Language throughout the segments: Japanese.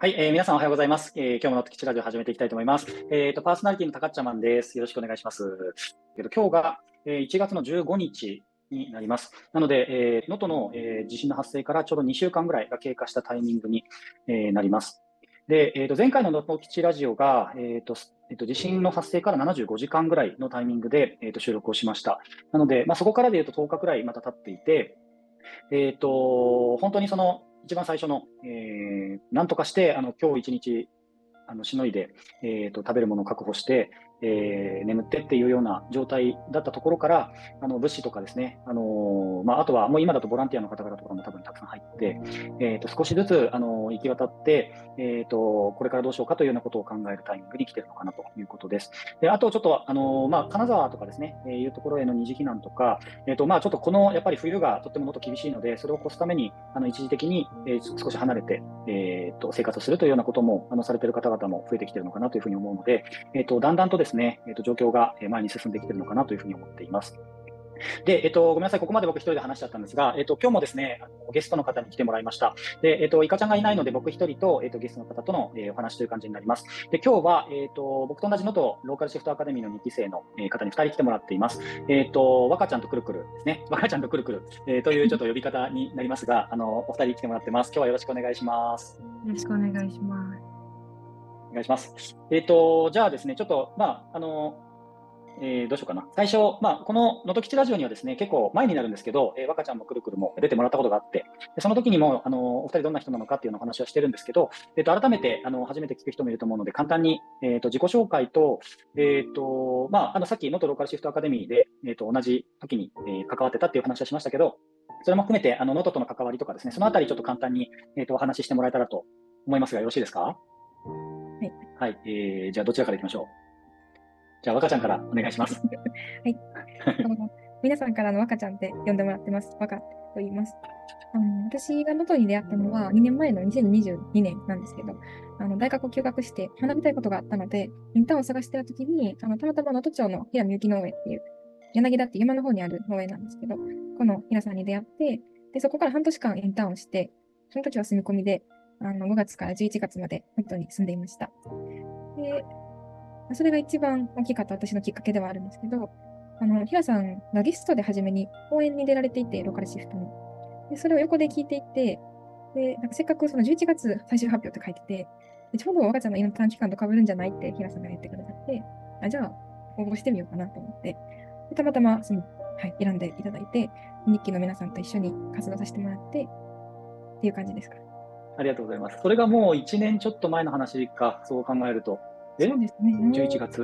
はい、皆さんおはようございます。今日ものっときちラジオ始めていきたいと思います。パーソナリティのたかっちゃまんです。よろしくお願いします。今日が、1月の15日になります。なので、能登の、地震の発生からちょうど2週間ぐらいが経過したタイミングに、なります。で、前回の能登基地ラジオが、地震の発生から75時間ぐらいのタイミングで、収録をしました。なので、そこからで言うと10日くらいまた経っていて、本当にその一番最初の、なんとかして今日一日しのいで、食べるものを確保して、眠ってっていうような状態だったところから、物資とかですね、あとはもう今だとボランティアの方々とかも多分たくさん入って、少しずつ、行き渡って、これからどうしようかというようなことを考えるタイミングに来ているのかなということです。で、あとちょっと、金沢とかですね、いうところへの二次避難とか、ちょっとこのやっぱり冬がとってももっと厳しいので、それを越すために一時的に、少し離れて、生活をするというようなこともされている方々も増えてきているのかなというふうに思うので、だんだんとですね、状況が前に進んできているのかなというふうに思っています。で、ごめんなさい、ここまで僕一人で話しちゃったんですが、今日もですね、ゲストの方に来てもらいました。で、いかちゃんがいないので、僕一人と、ゲストの方との、お話という感じになります。で、今日は、僕と同じのとローカルシフトアカデミーの2期生の、方に2人来てもらっています。若ちゃんとくるくるですね。若ちゃんとくるくる、というちょっと呼び方になりますが、お二人来てもらってます。今日はよろしくお願いします。 よろしくお願いします。 お願いします。じゃあですね、ちょっと、どうしようかな。最初、この能登基地ラジオにはですね、結構前になるんですけど、若ちゃんもくるくるも出てもらったことがあって、でその時にも、お二人どんな人なのかっていうのを話はしてるんですけど、改めて、初めて聞く人もいると思うので、簡単に、自己紹介と、さっき能登ローカルシフトアカデミーで、同じ時に、関わってたっていう話はしましたけど、それも含めて、能登との関わりとかですね、そのあたりちょっと簡単に、お話ししてもらえたらと思いますが、よろしいですか？ はい。 はい。じゃあ、どちらからいきましょう。じゃあ、若ちゃんからお願いします。 はい。皆さんから若ちゃんって呼んでもらってます。若と言います。私が能登に出会ったのは2年前の2022年なんですけど、大学を休学して学びたいことがあったので、インターンを探してた時に、たまたま能登町の平見雪農園っていう、柳田って山の方にある農園なんですけど、この平さんに出会って、で、そこから半年間インターンをして、その時は住み込みで、5月から11月まで本当に住んでいました。で、それが一番大きかった私のきっかけではあるんですけど、平さんがゲストで初めに講演に出られていて、ローカルシフトの。で、それを横で聞いていて、で、なんかせっかくその11月最終発表って書いてて、でちょうど若ちゃんの今短期間と被るんじゃないって平さんが言ってくださって、じゃあ応募してみようかなと思って、でたまたま選んでいただいて、日記の皆さんと一緒に活動させてもらってっていう感じですか。 ありがとうございます。それがもう1年ちょっと前の話か、そう考えると。 そうですね。 11月。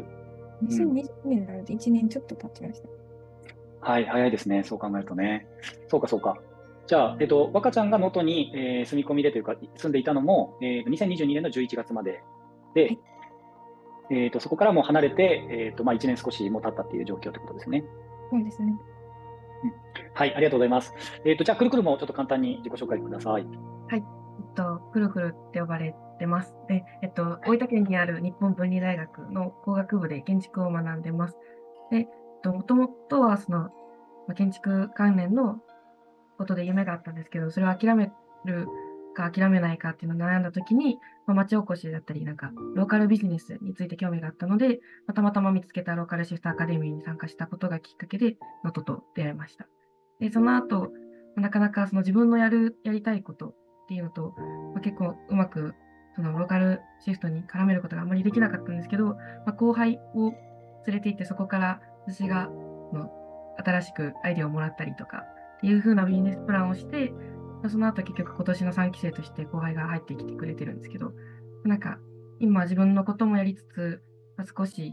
2020年なので1年ちょっと経ちました。 はい、早いですね。そう考えるとね。そうか、そうか。じゃあ、若ちゃんが能登に、住み込みでというか、住んでいたのも、2022年の11月までで、はい、そこからもう離れて、1年少しも経ったっていう状況ということですね。 そうですね。 はい、ありがとうございます。じゃあ、くるくるもちょっと簡単に自己紹介ください。 はい。くるくるって呼ばれてます。で、大分県にある日本文理大学の工学部で建築を学んでます。で、もともとは建築関連のことで夢があったんですけど、それを諦めるか諦めないかっていうのを悩んだときに、町おこしだったり、ローカルビジネスについて興味があったので、たまたま見つけたローカルシフトアカデミーに参加したことがきっかけで、能登と出会いました。で、その後、なかなか自分のやりたいことっていうのと、結構うまくローカルシフトに絡めることがあんまりできなかったんですけど、後輩を連れて行って、そこから私が新しくアイデアをもらったりとかっていう風なビジネスプランをして、その後結局今年の3期生として後輩が入ってきてくれてるんですけど、今自分のこともやりつつ、少し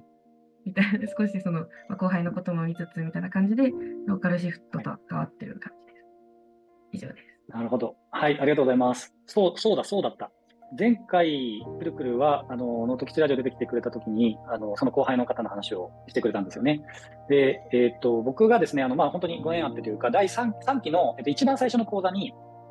後輩のことも見つつみたいな感じで、ローカルシフトと変わってる感じです。以上です。 なるほど。はい、ありがとうございます。そうだった。前回、くるくるは、能登基地ラジオ出てきてくれたときに、その後輩の方の話をしてくれたんですよね。で、僕がですね、本当にご縁あってというか、第3期の、一番最初の講座に、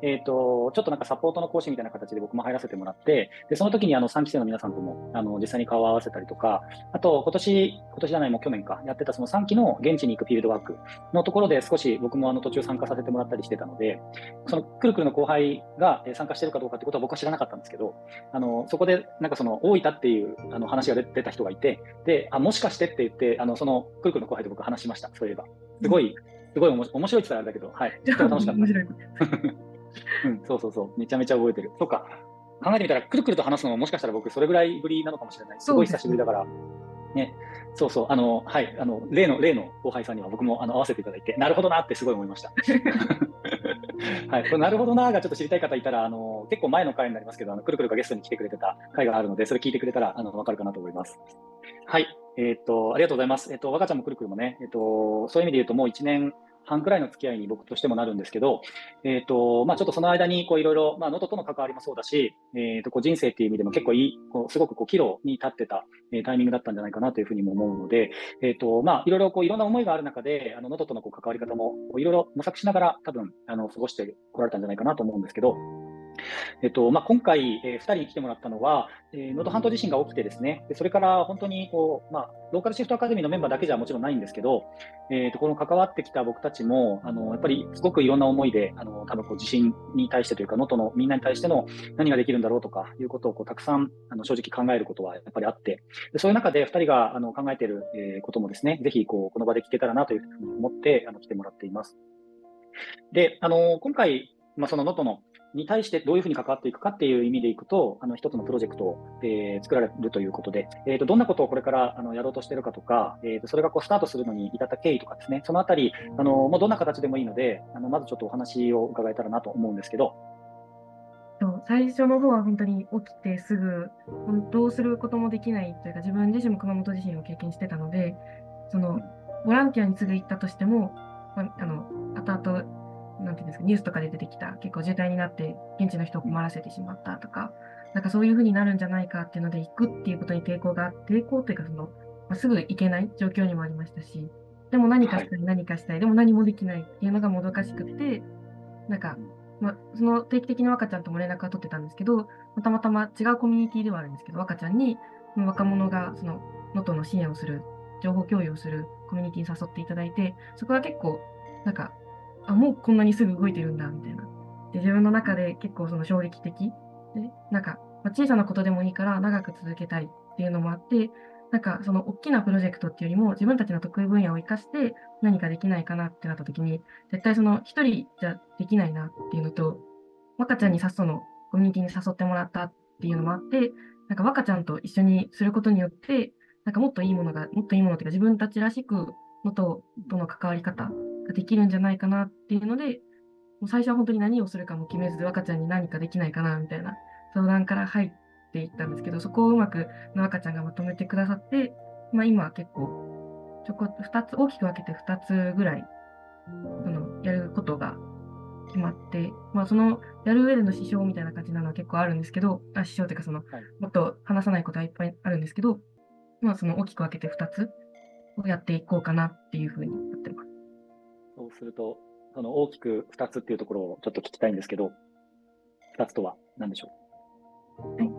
ちょっとなんかサポートの講師みたいな形で僕も入らせてもらって、で、その時に3期生の皆さんとも、実際に顔を合わせたりとか、あと、今年じゃない、もう去年か、やってたその3期の現地に行くフィールドワークのところで少し僕も途中参加させてもらったりしてたので、そのくるくるの後輩が参加してるかどうかってことは僕は知らなかったんですけど、そこでなんかその大分っていう話が出た人がいて、で、もしかしてって言って、そのくるくるの後輩と僕話しました、そういえば。すごい面白いって言ったらあれだけど、はい、とても楽しかった。 面白い。 うん、そう、めちゃめちゃ覚えてる。そうか、考えてみたら、くるくると話すのももしかしたら僕、それぐらいぶりなのかもしれない。すごい久しぶりだから。ね、はい、例の後輩さんには僕も合わせていただいて、なるほどなってすごい思いました。はい、これなるほどながちょっと知りたい方いたら、結構前の回になりますけど、くるくるがゲストに来てくれてた回があるので、それ聞いてくれたらわかるかなと思います。はい、ありがとうございます。若ちゃんもくるくるもね、そういう意味で言うともう1年半くらいの付き合いに僕としてもなるんですけど、ちょっとその間にいろいろ、能登との関わりもそうだし、人生っていう意味でも結構すごく岐路に立ってた、タイミングだったんじゃないかなというふうにも思うので、いろいろいろんな思いがある中で、能登との関わり方もいろいろ模索しながら多分過ごしてこられたんじゃないかなと思うんですけど、今回、2人に来てもらったのは、能登半島地震が起きてですね、でそれから本当にローカルシフトアカデミーのメンバーだけじゃもちろんないんですけど、この関わってきた僕たちもやっぱりすごくいろんな思いで多分地震に対してというか、能登のみんなに対しての何ができるんだろうとかいうことをたくさん正直考えることはやっぱりあって、でそういう中で2人が考えていることもですね、ぜひこの場で聞けたらなというふうに思って来てもらっています。で、今回、その能登に対してどういうふうに関わっていくかっていう意味でいくと、一つのプロジェクトを、作られるということで、どんなことをこれからやろうとしているかとか、それがスタートするのに至った経緯とかですね、そのあたり、もうどんな形でもいいので、まずちょっとお話を伺えたらなと思うんですけど。 最初の方は本当に起きてすぐ、どうすることもできないというか、自分自身も熊本地震を経験してたので、ボランティアにすぐ行ったとしても、後々、なんていうんですか、ニュースとかで出てきた、結構渋滞になって、現地の人を困らせてしまったとか、なんかそういう風になるんじゃないかっていうので、行くっていうことに抵抗というか、すぐ行けない状況にもありましたし、でも何かしたい、何かしたい、でも何もできないっていうのがもどかしくって、なんか、その定期的に若ちゃんとも連絡は取ってたんですけど、たまたま違うコミュニティではあるんですけど、若ちゃんに、若者が能登の支援をする、情報共有をするコミュニティに誘っていただいて、そこは結構、なんか、もうこんなにすぐ動いてるんだ、みたいな。で、自分の中で結構衝撃的で、なんか、小さなことでもいいから長く続けたいっていうのもあって、なんか大きなプロジェクトっていうよりも自分たちの得意分野を生かして何かできないかなってなった時に、絶対一人じゃできないなっていうのと、若ちゃんにコミュニティに誘ってもらったっていうのもあって、なんか若ちゃんと一緒にすることによって、なんかもっといいものっていうか自分たちらしくとの関わり方ができるんじゃないかなっていうので、もう最初は本当に何をするかも決めず、若ちゃんに何かできないかなみたいな相談から入っていったんですけど、そこをうまく若ちゃんがまとめてくださって、今は結構、大きく分けて2つぐらい、やることが決まって、やる上での支障みたいな感じなのは結構あるんですけど、支障というかもっと話さないことはいっぱいあるんですけど、大きく分けて2つをやっていこうかなっていうふうになってます。 そうすると、大きく2つっていうところをちょっと聞きたいんですけど、2つとは何でしょう？はい。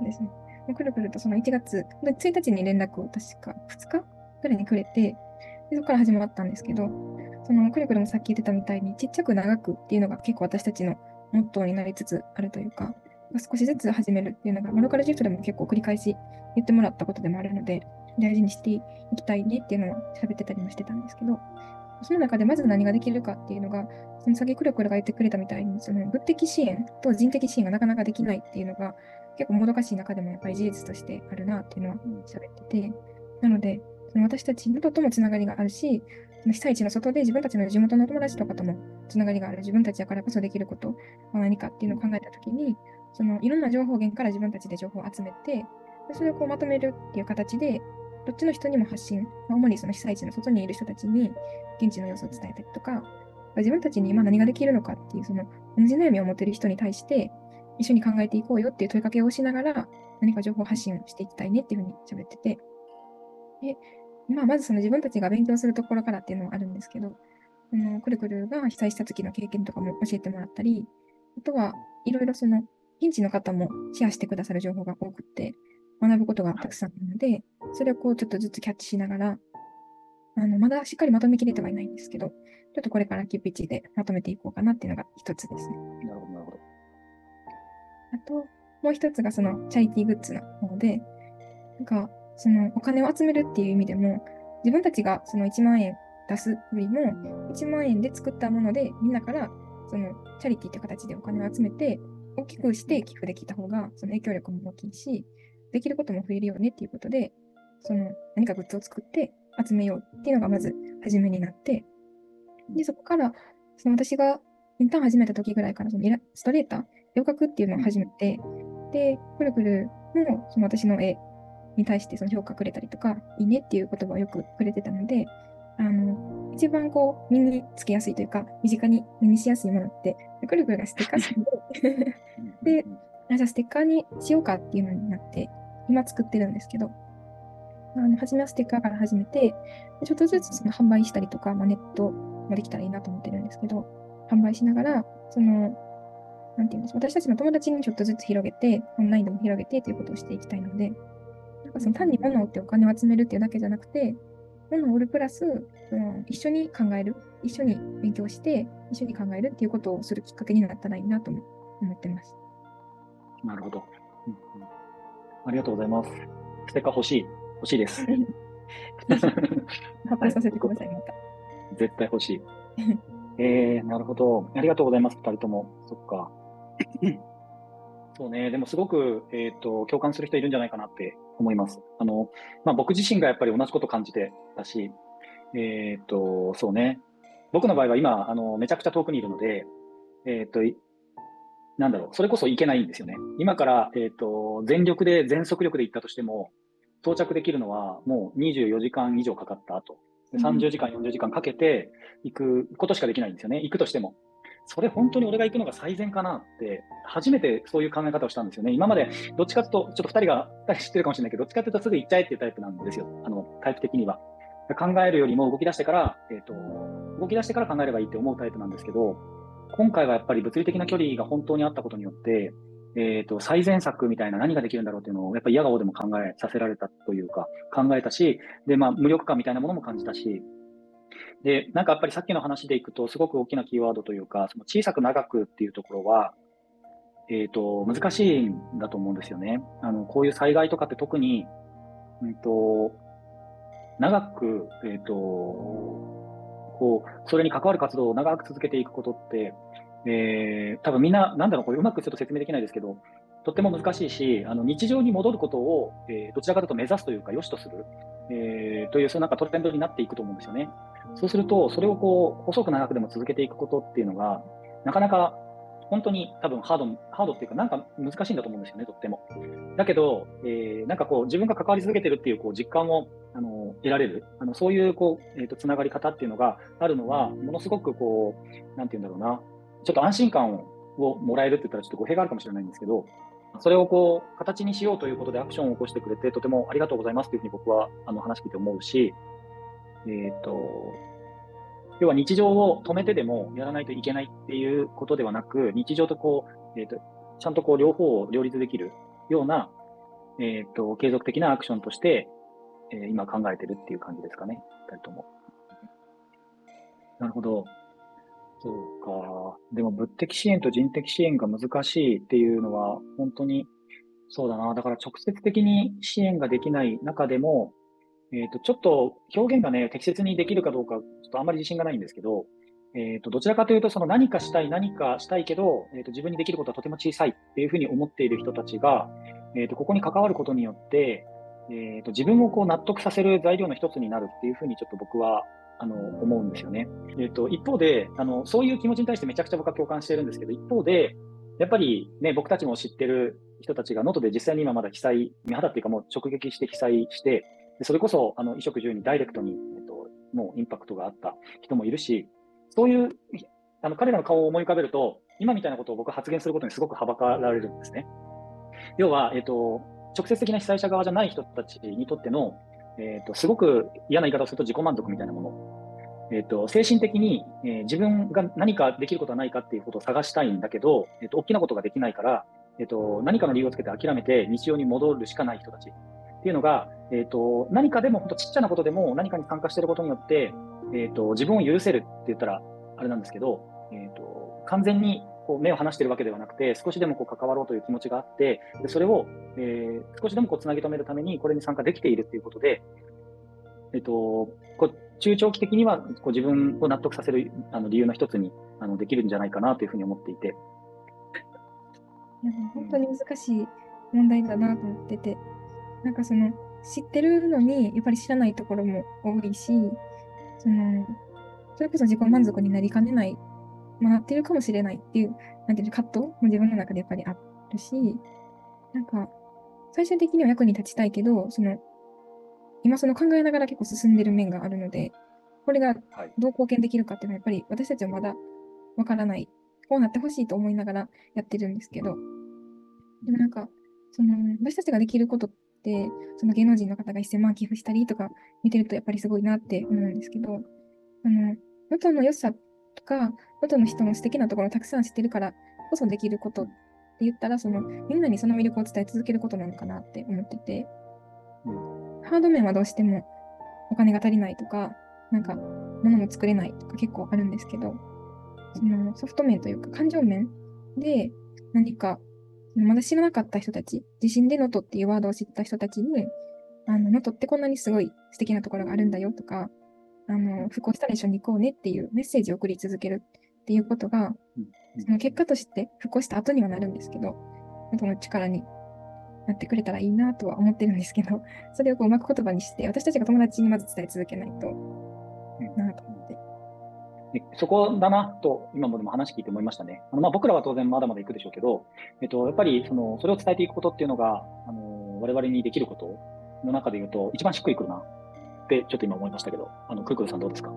ですね。くるくると1月1日に連絡を確か2日ぐらいにくれて、でそこから始まったんですけど、くるくるもさっき言ってたみたいに、ちっちゃく長くっていうのが結構私たちのモットーになりつつあるというか、少しずつ始めるっていうのが、ローカルシフトでも結構繰り返し言ってもらったことでもあるので、大事にしていきたいねっていうのを喋ってたりもしてたんですけど、その中でまず何ができるかっていうのが、先くるくるが言ってくれたみたいに、物的支援と人的支援がなかなかできないっていうのが、結構もどかしい中でもやっぱり事実としてあるなっていうのは喋ってて、なので、私たちのともつながりがあるし、被災地の外で自分たちの地元の友達とかともつながりがある、自分たちだからこそできることは何かっていうのを考えたときに、いろんな情報源から自分たちで情報を集めて、それをまとめるっていう形で、どっちの人にも発信、主に被災地の外にいる人たちに現地の様子を伝えたりとか、自分たちに今何ができるのかっていう、同じ悩みを持っている人に対して、一緒に考えていこうよっていう問いかけをしながら、何か情報発信をしていきたいねっていうふうに喋ってて、で、まず自分たちが勉強するところからっていうのはあるんですけど、くるくるが被災した時の経験とかも教えてもらったり、 あとはいろいろ現地の方もシェアしてくださる情報が多くて、学ぶことがたくさんあるので、それをこうちょっとずつキャッチしながら、まだしっかりまとめきれてはいないんですけど、ちょっとこれから急ピッチでまとめていこうかなっていうのが一つですね。 なるほど、なるほど。 あと、もう一つがそのチャリティーグッズの方で、なんか、そのお金を集めるっていう意味でも、自分たちがその1万円出すよりも、1万円で作ったもので、みんなからそのチャリティーって形でお金を集めて、大きくして寄付できた方が、その影響力も大きいし、できることも増えるよねっていうことで、その何かグッズを作って集めようっていうのがまず初めになって、で、そこから、その私がインターン始めた時ぐらいからそのイラストレーター、絵を描くっていうのを始めて、で、くるくるもその私の絵に対してその評価くれたりとか、いいねっていう言葉をよくくれてたので、一番こう、身につけやすいというか、身近に目にしやすいものって、くるくるがステッカー好きで、で、じゃあステッカーにしようかっていうのになって、今作ってるんですけど、初めはステッカーから始めて、ちょっとずつその販売したりとか、ネットもできたらいいなと思ってるんですけど、販売しながら、なんていうんですか、私たちの友達にちょっとずつ広げて、オンラインでも広げてということをしていきたいので、なんかその単に物を売ってお金を集めるっていうだけじゃなくて、物を売るプラス、一緒に考える、一緒に勉強して、一緒に考えるっていうことをするきっかけになったらいいなと思ってます。 なるほど。ありがとうございます。ステッカー欲しいです。 発表させてください、また。 絶対欲しい。なるほど。ありがとうございます、二人とも。そっか。そうね。でもすごく、共感する人いるんじゃないかなって思います。僕自身がやっぱり同じこと感じてたし、そうね。僕の場合は今、めちゃくちゃ遠くにいるので、なんだろう、それこそ行けないんですよね。今から、全力で、全速力で行ったとしても、到着できるのはもう24時間以上かかった後、30時間、40時間かけて行くことしかできないんですよね。行くとしても。それ本当に俺が行くのが最善かなって、初めてそういう考え方をしたんですよね。今まで、どっちかというと、ちょっと二人知ってるかもしれないけど、どっちかというとすぐ行っちゃえっていうタイプなんですよ。タイプ的には。考えるよりも動き出してから、動き出してから考えればいいって思うタイプなんですけど、今回はやっぱり物理的な距離が本当にあったことによって、最善策みたいな何ができるんだろうっていうのを、やっぱり嫌顔でも考えさせられたというか、考えたし、で、無力感みたいなものも感じたし、で、なんかやっぱりさっきの話でいくと、すごく大きなキーワードというか、その小さく長くっていうところは、難しいんだと思うんですよね。こういう災害とかって特に、長く、それに関わる活動を長く続けていくことって、多分みんな、これうまくちょっと説明できないですけど、とっても難しいし、日常に戻ることを、どちらかというと目指すというか、良しとする、という、そういうトレンドになっていくと思うんですよね。そうすると、それを細く長くでも続けていくことっていうのが、なかなか、本当に多分ハードっていうか、なんか難しいんだと思うんですよね、とっても。だけど、自分が関わり続けてるっていう実感を得られる、そういうつながり方っていうのがあるのは、ものすごくなんていうんだろうな、ちょっと安心感をもらえるって言ったらちょっと語弊があるかもしれないんですけど、それを形にしようということでアクションを起こしてくれて、とてもありがとうございますというふうに僕は話聞いて思うし、要は日常を止めてでもやらないといけないっていうことではなく、日常とちゃんと両方を両立できるような、継続的なアクションとして、今考えてるっていう感じですかね、二人とも。なるほど。そうか。でも物的支援と人的支援が難しいっていうのは、本当にそうだな。だから直接的に支援ができない中でも、ちょっと表現がね、適切にできるかどうか、ちょっとあんまり自信がないんですけど、どちらかというと、その何かしたいけど、自分にできることはとても小さいっていうふうに思っている人たちが、ここに関わることによって、自分を納得させる材料の一つになるっていうふうにちょっと僕は、思うんですよね。一方で、そういう気持ちに対してめちゃくちゃ僕は共感してるんですけど、一方で、やっぱりね、僕たちも知ってる人たちが能登で実際に今まだ目肌っていうかもう直撃して被災して、それこそ、衣食住にダイレクトに、もうインパクトがあった人もいるし、そういう、彼らの顔を思い浮かべると、今みたいなことを僕は発言することにすごくはばかられるんですね。要は、直接的な被災者側じゃない人たちにとっての、すごく嫌な言い方をすると自己満足みたいなもの。 精神的に、自分が何かできることはないかっていうことを探したいんだけど、大きなことができないから、何かの理由をつけて諦めて日常に戻るしかない人たちっていうのが、何かでも本当ちっちゃなことでも何かに参加していることによって、自分を許せるって言ったらあれなんですけど、完全にこう目を離しているわけではなくて、少しでもこう関わろうという気持ちがあって、でそれを、少しでもこうつなぎ止めるためにこれに参加できているということで、こう中長期的にはこう自分を納得させる理由の一つにできるんじゃないかなというふうに思っていて。 いや、本当に難しい問題だなと思ってて、なんかその知ってるのにやっぱり知らないところも多いし、それこそ自己満足になりかねない、なってるかもしれないっていう、なんていうの、葛藤も自分の中でやっぱりあるし、なんか最終的には役に立ちたいけど、今その考えながら結構進んでる面があるので、これがどう貢献できるかっていうのはやっぱり私たちはまだわからない。こうなってほしいと思いながらやってるんですけど、でもなんか、私たちができることって、その芸能人の方が1000万寄付したりとか見てるとやっぱりすごいなって思うんですけど、能登の良さとか、能登の人の素敵なところをたくさん知ってるからこそできることって言ったら、みんなにその魅力を伝え続けることなのかなって思ってて、ハード面はどうしてもお金が足りないとか、なんか、物も作れないとか結構あるんですけど、ソフト面というか感情面で何か、まだ知らなかった人たち、地震で能登っていうワードを知った人たちに、能登ってこんなにすごい素敵なところがあるんだよとか、復興したら一緒に行こうねっていうメッセージを送り続けるっていうことが、その結果として復興した後にはなるんですけど、能登の力になってくれたらいいなとは思ってるんですけど、それをこううまく言葉にして、私たちが友達にまず伝え続けないとなと思って。 そこだなと、今もでも話聞いて思いましたね。僕らは当然まだまだ行くでしょうけど、やっぱりそれを伝えていくことっていうのが、我々にできることの中で言うと、一番しっくりくるなってちょっと今思いましたけど、くるくるさんどうですか？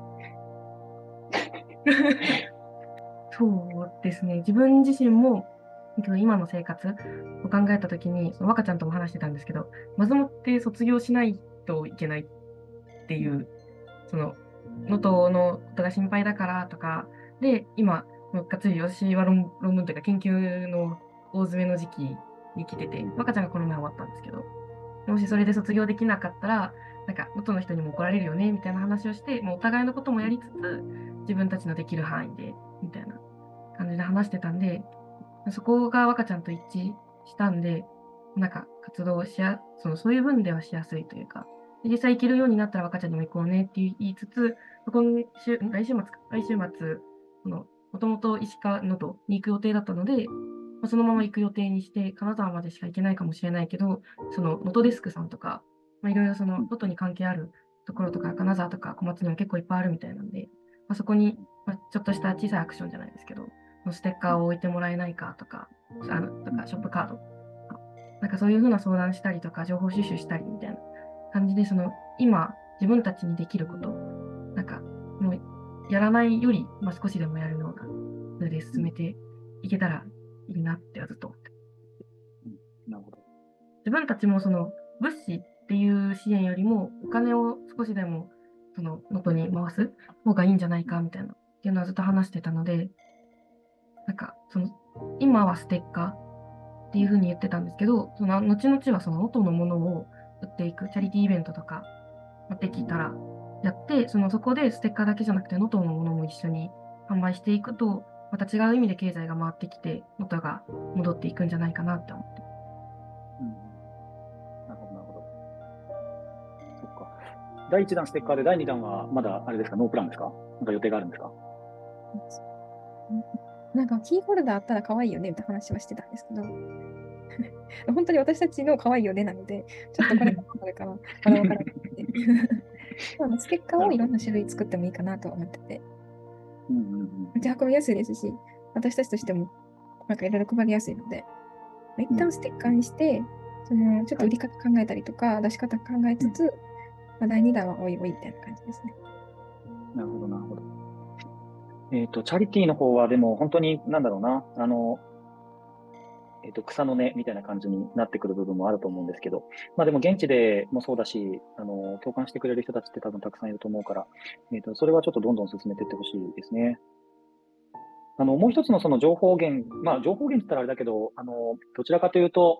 そうですね。自分自身も、今の生活を考えたときに、若ちゃんとも話してたんですけど、まずもって卒業しないといけないっていう、能登のことが心配だからとか、で、今、がっつり私は論文というか研究の大詰めの時期に来てて、若ちゃんがこの前終わったんですけど、もしそれで卒業できなかったら、なんか、能登の人にも怒られるよね、みたいな話をして、もうお互いのこともやりつつ、自分たちのできる範囲で、みたいな感じで話してたんで、そこが若ちゃんと一致したんで、なんか活動しや、そういう分ではしやすいというか、実際行けるようになったら若ちゃんにも行こうねって言いつつ、来週末、もともと石川能登に行く予定だったので、そのまま行く予定にして、金沢までしか行けないかもしれないけど、能登デスクさんとか、いろいろ能登に関係あるところとか、金沢とか小松にも結構いっぱいあるみたいなんで、そこに、ちょっとした小さいアクションじゃないですけど、ステッカーを置いてもらえないかとか、ショップカード、なんかそういうふうな相談したりとか、情報収集したりみたいな感じで、今、自分たちにできること、なんか、もう、やらないより、少しでもやるような、それで進めていけたらいいなってずっと思って。 なるほど。 自分たちも物資っていう支援よりも、お金を少しでも、能登に回す方がいいんじゃないかみたいな、っていうのはずっと話してたので、なんか、今はステッカーっていうふうに言ってたんですけど、後々は能登のものを売っていく、チャリティーイベントとか、できたらやって、そこでステッカーだけじゃなくて、能登のものも一緒に販売していくと、また違う意味で経済が回ってきて、能登が戻っていくんじゃないかなって思って。 なるほど、なるほど。そっか。第1弾ステッカーで、第2弾はまだあれですか、ノープランですか？なんか予定があるんですか？ なんかキーホルダーあったら可愛いよねって話はしてたんですけど、本当に私たちの可愛いよねなので、ちょっとこれからまだわからなくて。ステッカーをいろんな種類作ってもいいかなとは思ってて。持ち運びやすいですし、私たちとしてもなんかいろいろ配りやすいので、一旦ステッカーにして、ちょっと売り方考えたりとか、出し方考えつつ、第2弾はおいおいみたいな感じですね。 なるほど、なるほど。チャリティーの方はでも本当に、なんだろうな、 草の根みたいな感じになってくる部分もあると思うんですけど、まあでも現地でもそうだし、共感してくれる人たちって多分たくさんいると思うから、それはちょっとどんどん進めていってほしいですね。もう一つのその情報源、まあ情報源って言ったらあれだけど、どちらかというと、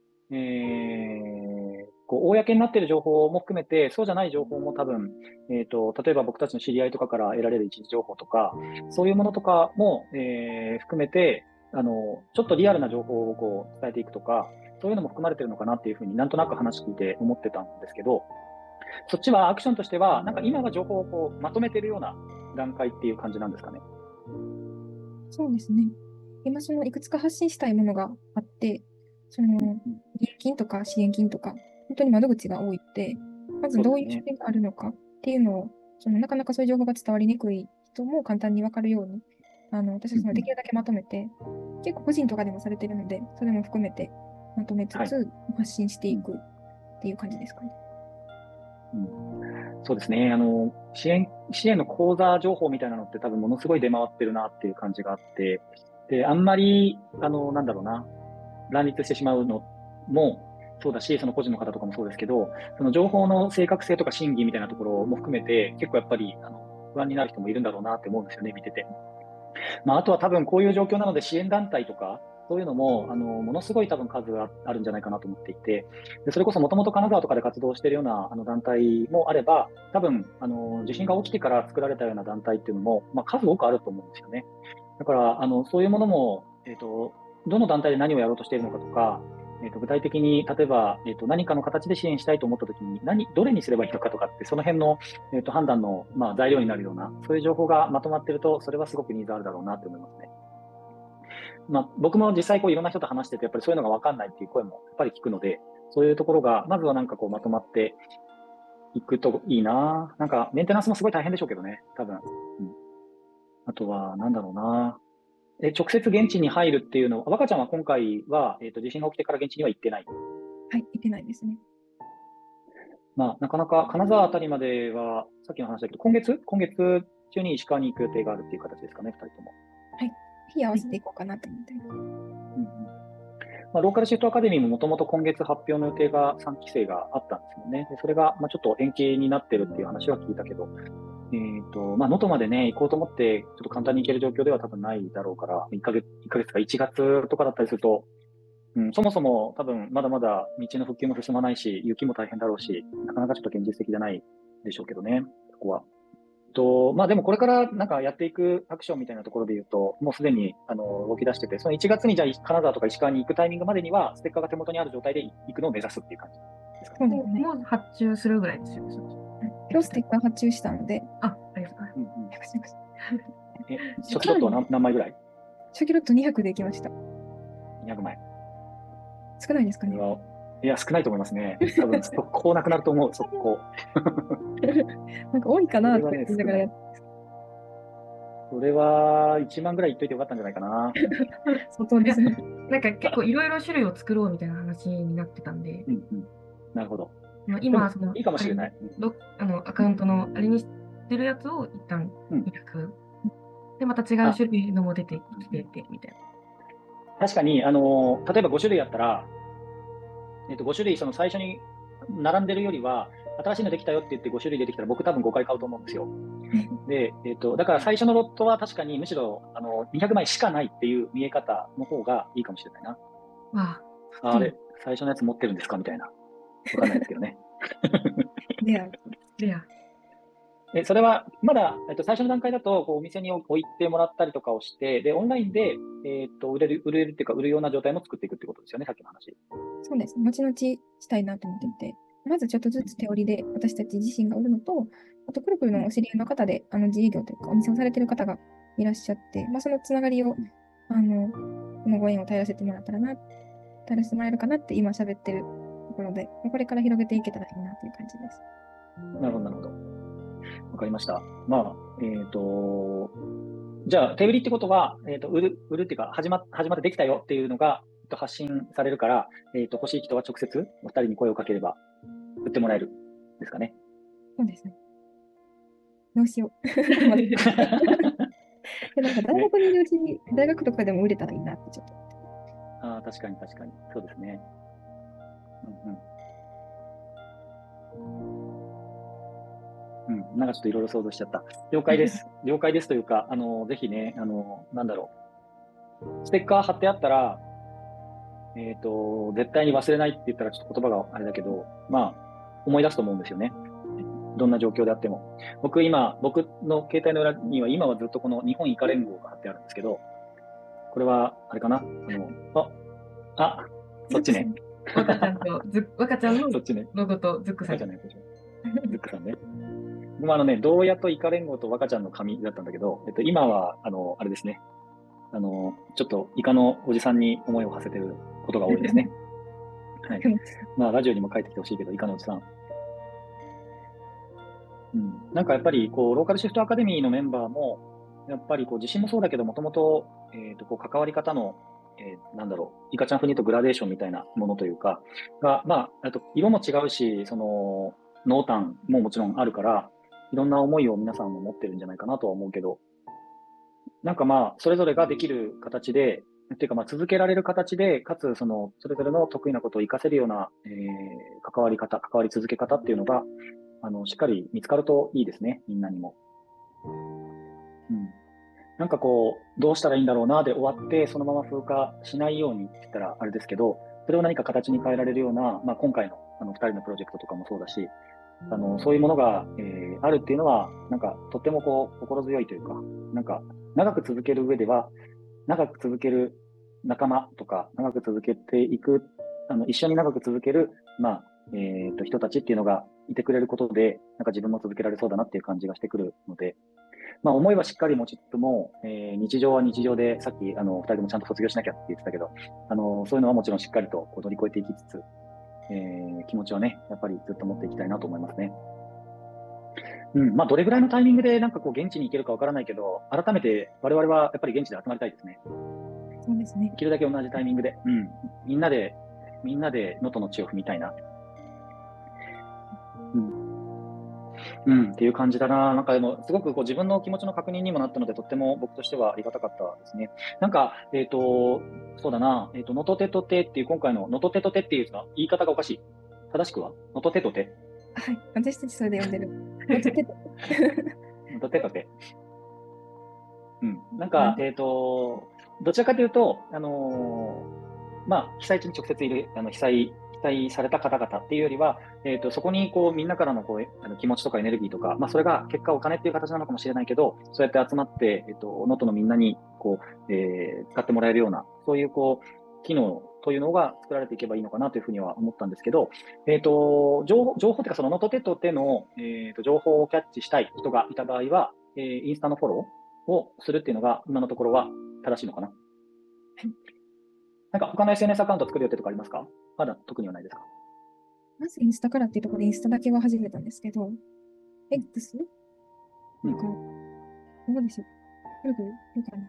こう公になっている情報も含めて、そうじゃない情報も多分、例えば僕たちの知り合いとかから得られる一時情報とか、そういうものとかも、含めて、ちょっとリアルな情報をこう伝えていくとか、そういうのも含まれてるのかなっていうふうになんとなく話聞いて思ってたんですけど、そっちはアクションとしては、なんか今は情報をこうまとめてるような段階っていう感じなんですかね。 そうですね。今、そのいくつか発信したいものがあって、その、義援金とか支援金とか、本当に窓口が多いって、まずどういう支援があるのかっていうのを、なかなかそういう情報が伝わりにくい人も簡単に分かるように、私はそのできるだけまとめて、結構個人とかでもされてるので、それも含めてまとめつつ発信していくっていう感じですかね。 そうですね。支援の口座情報みたいなのって多分ものすごい出回ってるなっていう感じがあって、で、あんまり、なんだろうな、乱立してしまうのもそうだし、その個人の方とかもそうですけど、その情報の正確性とか真偽みたいなところも含めて、結構やっぱり、不安になる人もいるんだろうなって思うんですよね、見てて。まあ、あとは多分こういう状況なので支援団体とか、そういうのも、ものすごい多分数があるんじゃないかなと思っていて、でそれこそもともと金沢とかで活動しているような団体もあれば、多分、地震が起きてから作られたような団体っていうのも、まあ、数多くあると思うんですよね。だから、そういうものも、どの団体で何をやろうとしているのかとか、具体的に、例えば、何かの形で支援したいと思ったときに、どれにすればいいのかとかって、その辺の、判断の、まあ、材料になるような、そういう情報がまとまっていると、それはすごくニーズあるだろうなと思いますね。まあ、僕も実際こういろんな人と話してて、やっぱりそういうのが分かんないっていう声もやっぱり聞くので、そういうところが、まずはなんかこうまとまっていくといいな。なんか、メンテナンスもすごい大変でしょうけどね、多分。あとは、なんだろうな。直接現地に入るっていうのは、若ちゃんは今回は、地震が起きてから現地には行ってない？ はい、行ってないですね。 まあ、なかなか金沢あたりまでは、さっきの話だけど、今月中に石川に行く予定があるっていう形ですかね、2人とも。 はい。日合わせていこうかなと思ってます。 まあ、ローカルシフトアカデミーももともと今月発表の予定が3期生があったんですよね。でそれが、まあ、ちょっと延期になってるっていう話は聞いたけど、まあ、能登までね、行こうと思って、ちょっと簡単に行ける状況では多分ないだろうから、1ヶ月か1月とかだったりすると、そもそも多分まだまだ道の復旧も進まないし、雪も大変だろうし、なかなかちょっと現実的じゃないでしょうけどね、そこは。まあでもこれからなんかやっていくアクションみたいなところで言うと、もうすでに動き出してて、その1月にじゃあ金沢とか石川に行くタイミングまでには、ステッカーが手元にある状態で行くのを目指すっていう感じですかね。 もう発注するぐらいですよ。 今日ステッカー発注したので。 ありがとうございます。 初期ロットは何枚ぐらい？ 初期ロット200で行きました。 200枚。 少ないですかね。 いや、少ないと思いますね。多分、速攻なくなると思う、速攻。 なんか多いかなって言いながらやって。 それは1万ぐらい言っといてよかったんじゃないかな。 相当ですね。 なんか結構いろいろ種類を作ろうみたいな話になってたんで。 なるほど。 今、 いいかもしれない。 アカウントのあれにしてるやつを一旦200。で、また違う種類のも出てきてて、みたいな。 確かに、例えば5種類やったら、5種類その最初に並んでるよりは、新しいのできたよって言って5種類出てきたら僕多分5回買うと思うんですよ。で、だから最初のロットは確かにむしろ200枚しかないっていう見え方の方がいいかもしれないな。あれ、最初のやつ持ってるんですかみたいな。わかんないですけどね。 レア。 それはまだ、最初の段階だとこうお店に置いてもらったりとかをして、でオンラインで、売れるっていうか、売るような状態も作っていくってことですよね、さっきの話。 そうです。後々したいなと思っていて、まずちょっとずつ手織りで私たち自身が売るのと、あとくるくるのお知り合いの方で自営業というかお店をされている方がいらっしゃって、まあ、そのつながりをこのご縁を頼らせてもらったらな、頼らせてもらえるかなって今喋ってるところで、これから広げていけたらいいなという感じです。 なるほど、なるほど。わかりました。まあ、じゃあ、手売りってことは、売るっていうか、始まってできたよっていうのが、発信されるから、欲しい人は直接、お二人に声をかければ、売ってもらえるですかね。 そうですね。どうしよう。なんか大学にいるうちに、大学とかでも売れたらいいなってちょっと。 ああ、確かに確かに。そうですね。うんうん。うん。なんかちょっといろいろ想像しちゃった。了解です。了解ですというか、ぜひね、なんだろう。ステッカー貼ってあったら、絶対に忘れないって言ったらちょっと言葉があれだけど、まあ、思い出すと思うんですよね。どんな状況であっても。僕の携帯の裏には今はずっとこの日本医科連合が貼ってあるんですけど、これは、あれかなそっちね。 若ちゃんと若ちゃんのそっちね。 ロゴとズックさん。 赤じゃないでしょ。ズックさんね。僕も同屋とイカ連合と若ちゃんの紙だったんだけど、今は、あれですね。ちょっとイカのおじさんに思いを馳せてることが多いですね。はい。まあ、ラジオにも書いてきてほしいけど、イカのおじさん。うん。なんかやっぱり、こう、ローカルシフトアカデミーのメンバーも、やっぱりこう、自信もそうだけど、もともと、こう、関わり方の、なんだろう、イカちゃん風に言うとグラデーションみたいなものというか、まあ、あと、色も違うし、濃淡ももちろんあるから、いろんな思いを皆さんも持ってるんじゃないかなとは思うけど、なんかまあ、それぞれができる形で、っていうかまあ、続けられる形で、かつ、それぞれの得意なことを活かせるような、関わり続け方っていうのが、しっかり見つかるといいですね、みんなにも。うん。なんかこう、どうしたらいいんだろうなで終わって、そのまま風化しないようにって言ったらあれですけど、それを何か形に変えられるような、まあ今回の二人のプロジェクトとかもそうだし、そういうものが、あるっていうのは、なんかとってもこう、心強いというか、なんか長く続ける上では、長く続ける仲間とか、長く続けていく、一緒に長く続ける、まあ、人たちっていうのがいてくれることで、なんか自分も続けられそうだなっていう感じがしてくるので、まあ、思いはしっかり持ちつつも、日常は日常で、さっき、二人ともちゃんと卒業しなきゃって言ってたけど、そういうのはもちろんしっかりとこう乗り越えていきつつ、気持ちはね、やっぱりずっと持っていきたいなと思いますね。うん、まあ、どれぐらいのタイミングでなんかこう現地に行けるかわからないけど、改めて我々はやっぱり現地で集まりたいですね。 そうですね。 できるだけ同じタイミングで、うん、みんなで能登の地を踏みたいな。うん、うん、っていう感じだな。なんかでも、すごくこう自分の気持ちの確認にもなったので、とっても僕としてはありがたかったですね。なんか、そうだな、のとてとてっていう今回ののとてとてっていうのは言い方がおかしい。正しくはのとてとて。 はい。私たちそれで呼んでる。のとてとのとてとて。うん。なんか、どちらかというと、まあ、被災地に直接いる、被災された方々っていうよりは、そこにこうみんなからのこう気持ちとかエネルギーとか、まあ、それが結果お金っていう形なのかもしれないけど、そうやって集まって、能登のみんなにこう、使ってもらえるような、そういうこう、機能というのが作られていけばいいのかなというふうには思ったんですけど、情報っていうか、その能登テトテの、情報をキャッチしたい人がいた場合は、インスタのフォローをするっていうのが今のところは正しいのかな。なんか他の SNS アカウント作る予定とかありますか？まだ特にはないですか？ まずインスタからっていうところでインスタだけは始めたんですけど、X? なんか、どうでしょう。ぐるぐるよかな。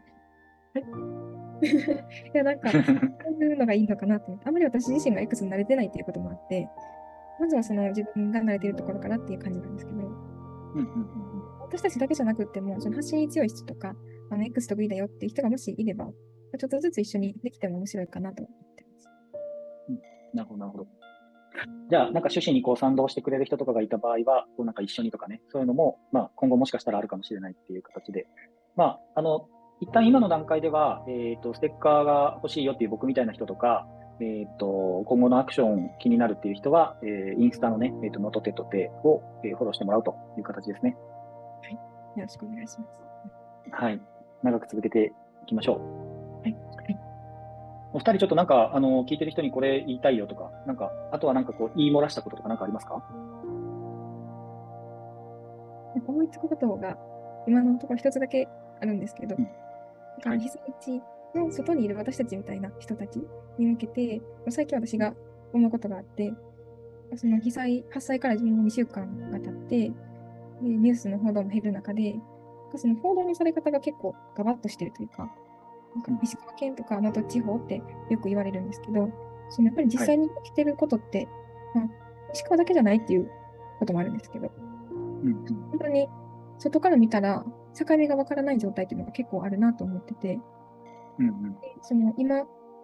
いや、なんか、そういうのがいいのかなと思って、あまり私自身が X に慣れてないっていうこともあって、まずはその自分が慣れているところからっていう感じなんですけど、私たちだけじゃなくっても、その発信に強い人とか、X 得意だよっていう人がもしいれば、ちょっとずつ一緒にできても面白いかなと思ってます。 なるほど、なるほど。じゃあ、なんか趣旨にこう賛同してくれる人とかがいた場合は、こうなんか一緒にとかね、そういうのも、まあ、今後もしかしたらあるかもしれないっていう形で、まあ、一旦今の段階では、ステッカーが欲しいよっていう僕みたいな人とか、今後のアクション気になるっていう人は、インスタのね、のとてとてを、フォローしてもらうという形ですね。 はい。よろしくお願いします。 はい。長く続けていきましょう。 はい。はい。 お二人ちょっとなんか、聞いてる人にこれ言いたいよとか、なんか、あとはなんかこう、言い漏らしたこととかなんかありますか？ なんか思いつくことが、今のところ一つだけあるんですけど、 はい被災地の外にいる私たちみたいな人たちに向けて、最近私が思うことがあって、その発災からもう2週間が経って、ニュースの報道も減る中で、その報道のされ方が結構ガバッとしてるというか、なんか石川県とか能登地方ってよく言われるんですけど、そのやっぱり実際に起きてることって、まあ、石川だけじゃないっていうこともあるんですけど、本当に外から見たら境目がわからない状態っていうのが結構あるなと思ってて、その今、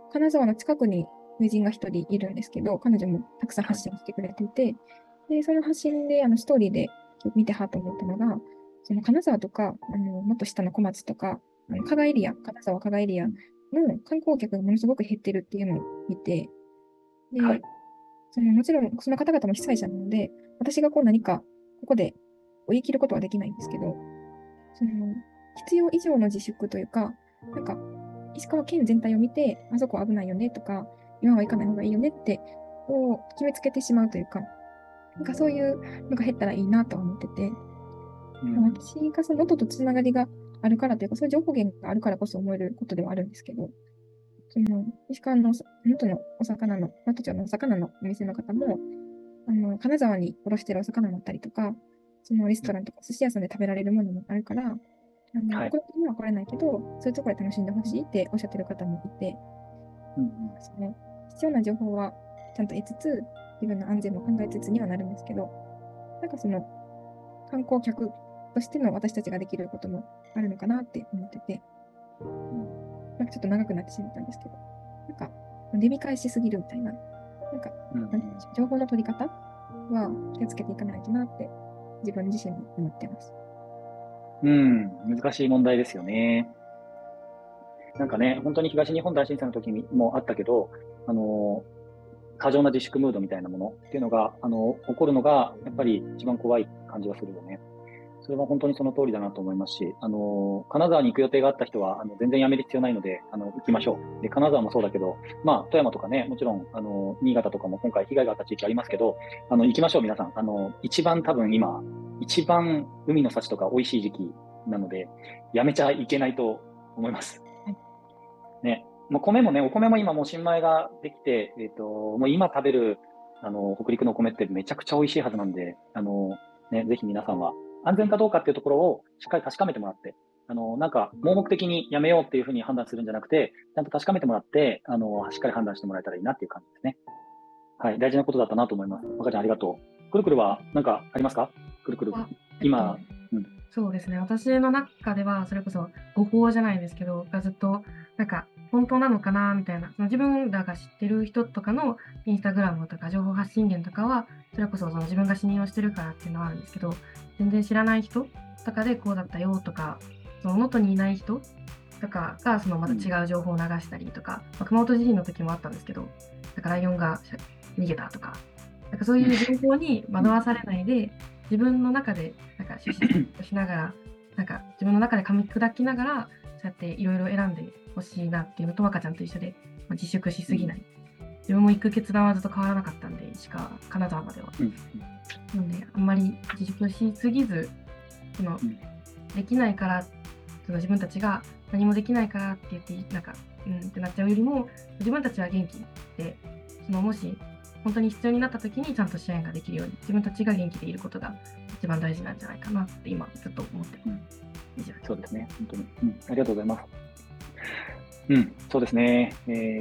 金沢の近くに友人が一人いるんですけど、彼女もたくさん発信してくれていて、で、その発信で、ストーリーで見てはと思ったのが、その金沢とか、もっと下の小松とか、加賀エリア、金沢加賀エリアの観光客がものすごく減ってるっていうのを見て、で、 はい。 もちろん、その方々も被災者なので、私がこう何か、ここで言い切ることはできないんですけど、必要以上の自粛というか、なんか、石川県全体を見て、あそこ危ないよねとか、今は行かない方がいいよねって、こう決めつけてしまうというか、なんかそういうのが減ったらいいなとは思ってて、私がその能登とつながりがあるからというか、そういう情報源があるからこそ思えることではあるんですけど、石川の能登のお魚の、能登町のお魚のお店の方も、金沢に卸してるお魚だったりとか、そのレストランとか寿司屋さんで食べられるものもあるから、 はい。 ここには来れないけど、そういうところで楽しんでほしいっておっしゃってる方もいて、その必要な情報はちゃんと得つつ、自分の安全も考えつつにはなるんですけど、なんかその観光客としての私たちができることもあるのかなって思ってて、なんかちょっと長くなってしまったんですけど、なんか出控えしすぎるみたいな、なんか、なんていうんでしょう、情報の取り方は気をつけていかないとなって自分自身も思ってます。 難しい問題ですよね。なんかね、本当に東日本大震災の時もあったけど、過剰な自粛ムードみたいなものっていうのが、起こるのが、やっぱり一番怖い感じがするよね。それは本当にその通りだなと思いますし、金沢に行く予定があった人は、全然やめる必要ないので、行きましょう。で、金沢もそうだけど、まあ、富山とかね、もちろん、新潟とかも今回被害があった地域ありますけど、行きましょう、皆さん。一番多分今、一番海の幸とか美味しい時期なので、やめちゃいけないと思います。ね。もう米もね、お米も今もう新米ができて、もう今食べる、北陸のお米ってめちゃくちゃ美味しいはずなんで、ね、ぜひ皆さんは安全かどうかっていうところをしっかり確かめてもらって、なんか盲目的にやめようっていうふうに判断するんじゃなくて、ちゃんと確かめてもらって、しっかり判断してもらえたらいいなっていう感じですね。はい、大事なことだったなと思います。若ちゃんありがとう。くるくるは何かありますか？くるくる。今、 そうですね。私の中では、それこそ誤報じゃないですけど、がずっと、なんか、本当なのかなみたいな、その自分らが知ってる人とかのインスタグラムとか情報発信源とかは、それこそその自分が信用してるからっていうのはあるんですけど、全然知らない人とかでこうだったよとか、その能登にいない人とかが、そのまた違う情報を流したりとか、熊本地震の時もあったんですけど、なんかライオンが逃げたとか、なんかそういう情報に惑わされないで、自分の中でなんか出資をしながら、なんか自分の中で噛み砕きながら、そうやっていろいろ選んでほしいなっていうのと、若ちゃんと一緒で、自粛しすぎない。自分も行く決断はずっと変わらなかったんで、金沢までは。なので、あんまり自粛しすぎず、できないから、自分たちが何もできないからって言って、なんか、ってなっちゃうよりも、自分たちは元気で、もし、本当に必要になった時にちゃんと支援ができるように、自分たちが元気でいることが一番大事なんじゃないかなって今ずっと思ってます。 そうですね、本当に。ありがとうございます。そうですね。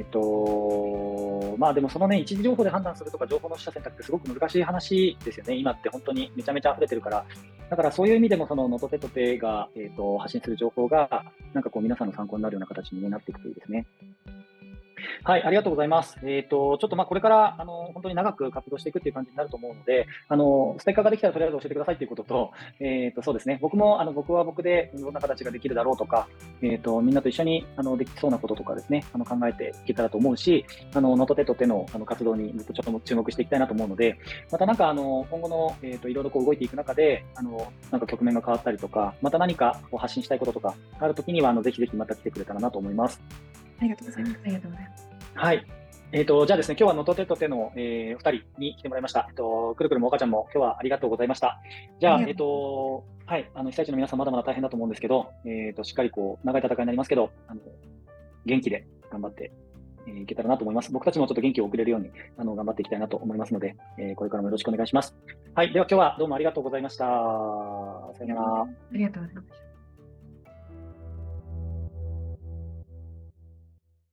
まあでもそのね、一時情報で判断するとか、情報の取捨選択ってすごく難しい話ですよね。今って本当にめちゃめちゃ溢れてるから。だからそういう意味でも、そののとてとてが、発信する情報が、なんかこう皆さんの参考になるような形になっていくといいですね。はい、ありがとうございます。ちょっとこれから本当に長く活動していくっていう感じになると思うので、ステッカーができたらとりあえず教えてくださいということと、そうですね、僕は僕でどんな形ができるだろうとか、みんなと一緒にできそうなこととかですね、考えていけたらと思うし、のとてとての活動にずっとちょっと注目していきたいなと思うので、またなんか今後のいろいろこう動いていく中で、なんか局面が変わったりとか、また何かこう発信したいこととかあるときにはぜひぜひまた来てくれたらなと思います。 ありがとうございます。 ありがとうございます。 はい。じゃあですね、今日はのとてとての、2人に来てもらいました。くるくるも岡ちゃんも今日はありがとうございました。じゃあ、はい、被災地の皆さんまだまだ大変だと思うんですけど、しっかりこう、長い戦いになりますけど、元気で頑張っていけたらなと思います。僕たちもちょっと元気を送れるように、頑張っていきたいなと思いますので、これからもよろしくお願いします。はい。では今日はどうもありがとうございました。さよなら。 ありがとうございました。